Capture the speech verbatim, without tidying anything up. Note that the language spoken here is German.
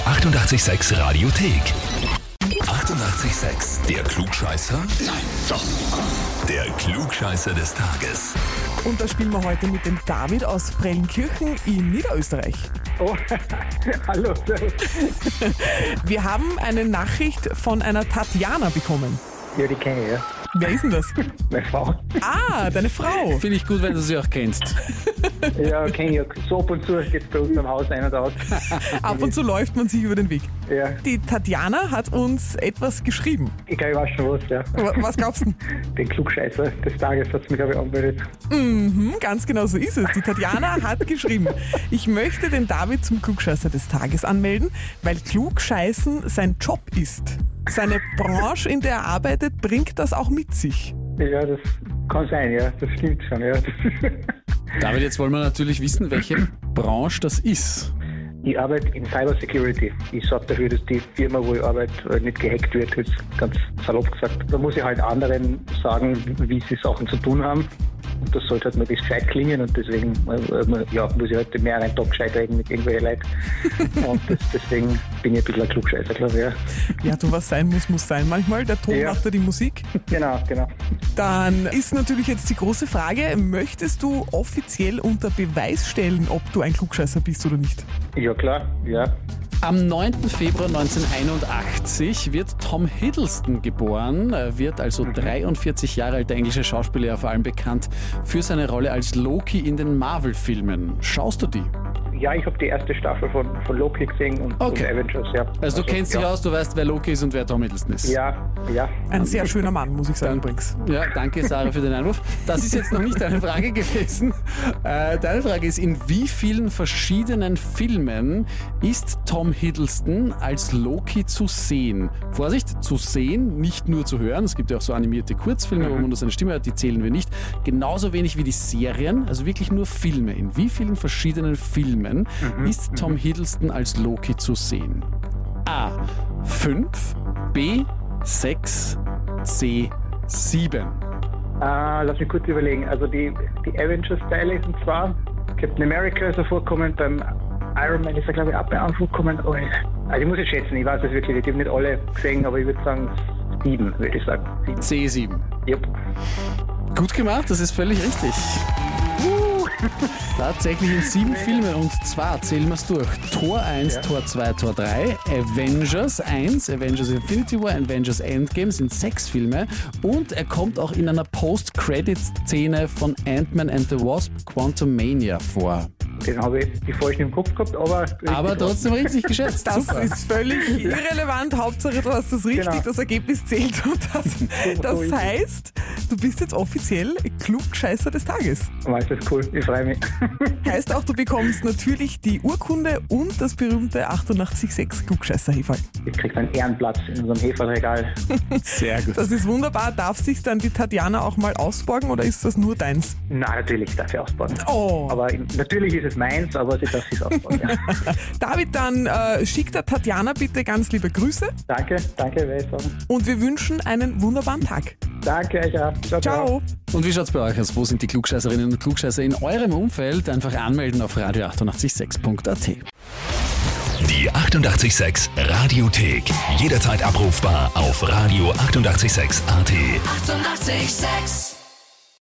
achtundachtzig Komma sechs Radiothek. achtundachtzig Komma sechs. Der Klugscheißer? Nein, doch. Der Klugscheißer des Tages. Und da spielen wir heute mit dem David aus Prellenkirchen in Niederösterreich. Oh, hallo. Wir haben eine Nachricht von einer Tatjana bekommen. Ja, die kenne ich, ja. Wer ist denn das? Meine Frau. Ah, deine Frau. Finde ich gut, wenn du sie auch kennst. Ja, kenne ich ja. So ab und zu geht es bei uns am Haus ein und aus. Ab und zu läuft man sich über den Weg. Ja, Die Tatjana hat uns etwas geschrieben. ich glaube, ich weiß schon was, ja. Wa- Was glaubst du? Den Klugscheißer des Tages hat es mich, glaube ich, angemeldet. Mhm, ganz genau so ist es. Die Tatjana hat geschrieben, ich möchte den David zum Klugscheißer des Tages anmelden, weil Klugscheißen sein Job ist. Seine Branche, in der er arbeitet, bringt das auch mit sich. Ja, das kann sein, ja. Das stimmt schon, ja. David, jetzt wollen wir natürlich wissen, welche Branche das ist. Ich arbeite in Cybersecurity. Ich sorge dafür, dass die Firma, wo ich arbeite, nicht gehackt wird, jetzt ganz salopp gesagt. Da muss ich halt anderen sagen, wie sie Sachen zu tun haben. Und das sollte halt möglichst gescheit klingen und deswegen äh, ja, muss ich halt den mehreren Tag gescheit reden mit irgendwelchen Leuten. Und das, deswegen bin ich ein bisschen ein Klugscheißer, glaube ich. Ja. Ja, du, was sein muss, muss sein. Manchmal, der Ton Ja. macht ja die Musik. Genau, genau. Dann ist natürlich jetzt die große Frage, möchtest du offiziell unter Beweis stellen, ob du ein Klugscheißer bist oder nicht? Ja, klar, ja. Am neunten Februar neunzehnhunderteinundachtzig wird Tom Hiddleston geboren. Er wird also dreiundvierzig Jahre alt, der englische Schauspieler, vor allem bekannt für seine Rolle als Loki in den Marvel-Filmen. Schaust du die? Ja, ich habe die erste Staffel von, von Loki gesehen und, Okay. und Avengers, ja. Also du kennst dich ja. aus, du weißt, wer Loki ist und wer Tom Hiddleston ist. Ja, ja. Ein sehr schöner Mann, muss ich sagen übrigens. Ja, danke Sarah für den Einwurf. Das ist jetzt noch nicht deine Frage gewesen. Äh, deine Frage ist, in wie vielen verschiedenen Filmen ist Tom Hiddleston als Loki zu sehen? Vorsicht, zu sehen, nicht nur zu hören. Es gibt ja auch so animierte Kurzfilme, wo man nur seine Stimme hört, die zählen wir nicht. Genauso wenig wie die Serien, also wirklich nur Filme. In wie vielen verschiedenen Filmen ist Tom Hiddleston als Loki zu sehen? A. fünf, B. sechs, C. sieben. Äh, lass mich kurz überlegen. Also die, die Avengers-Teile sind zwar, Captain America ist er vorkommen, beim Iron Man ist er, glaube ich, auch bei einem vorkommen. Oh, also ich muss jetzt schätzen, ich weiß es wirklich nicht, ich habe nicht alle gesehen, aber ich würde sagen sieben, würde ich sagen. Sieben. C sieben. Yep. Gut gemacht, das ist völlig richtig. Tatsächlich in sieben Filmen, und zwar zählen wir es durch. Tor eins, Ja. Tor zwei, Tor drei, Avengers eins, Avengers Infinity War, Avengers Endgame sind sechs Filme, und er kommt auch in einer Post-Credit-Szene von Ant-Man and the Wasp Quantumania vor. Den habe ich die falschen im Kopf gehabt, aber... Aber trotzdem richtig geschätzt. Das Super. ist völlig irrelevant. Hauptsache, du hast das richtig, Genau. das Ergebnis zählt. Und das, das ist es. heißt, du bist jetzt offiziell Klugscheißer des Tages. Oh, ist das cool, ich freue mich. Heißt auch, du bekommst natürlich die Urkunde und das berühmte achtundachtzig Komma sechs Klugscheißer-Heferl. Ich kriege einen Ehrenplatz in unserem Heferregal. Sehr gut. Das ist wunderbar. Darf sich dann die Tatjana auch mal ausborgen oder ist das nur deins? Na, natürlich darf ich ausbauen. Oh. Aber natürlich ist es meins, aber sie darf sich ausbauen. Ja. David, dann äh, schick der Tatjana bitte ganz liebe Grüße Danke, danke, werde ich sagen. und wir wünschen einen wunderbaren Tag. Danke euch auch. Ciao, ciao. Ciao. Und wie schaut's bei euch aus? Wo sind die Klugscheißerinnen und Klugscheißer in eurem Umfeld? Einfach anmelden auf radio achtundachtzig sechs punkt a t. Die achtundachtzig Komma sechs Radiothek. Jederzeit abrufbar auf radio achtundachtzig sechs punkt a t. achtundachtzig Komma sechs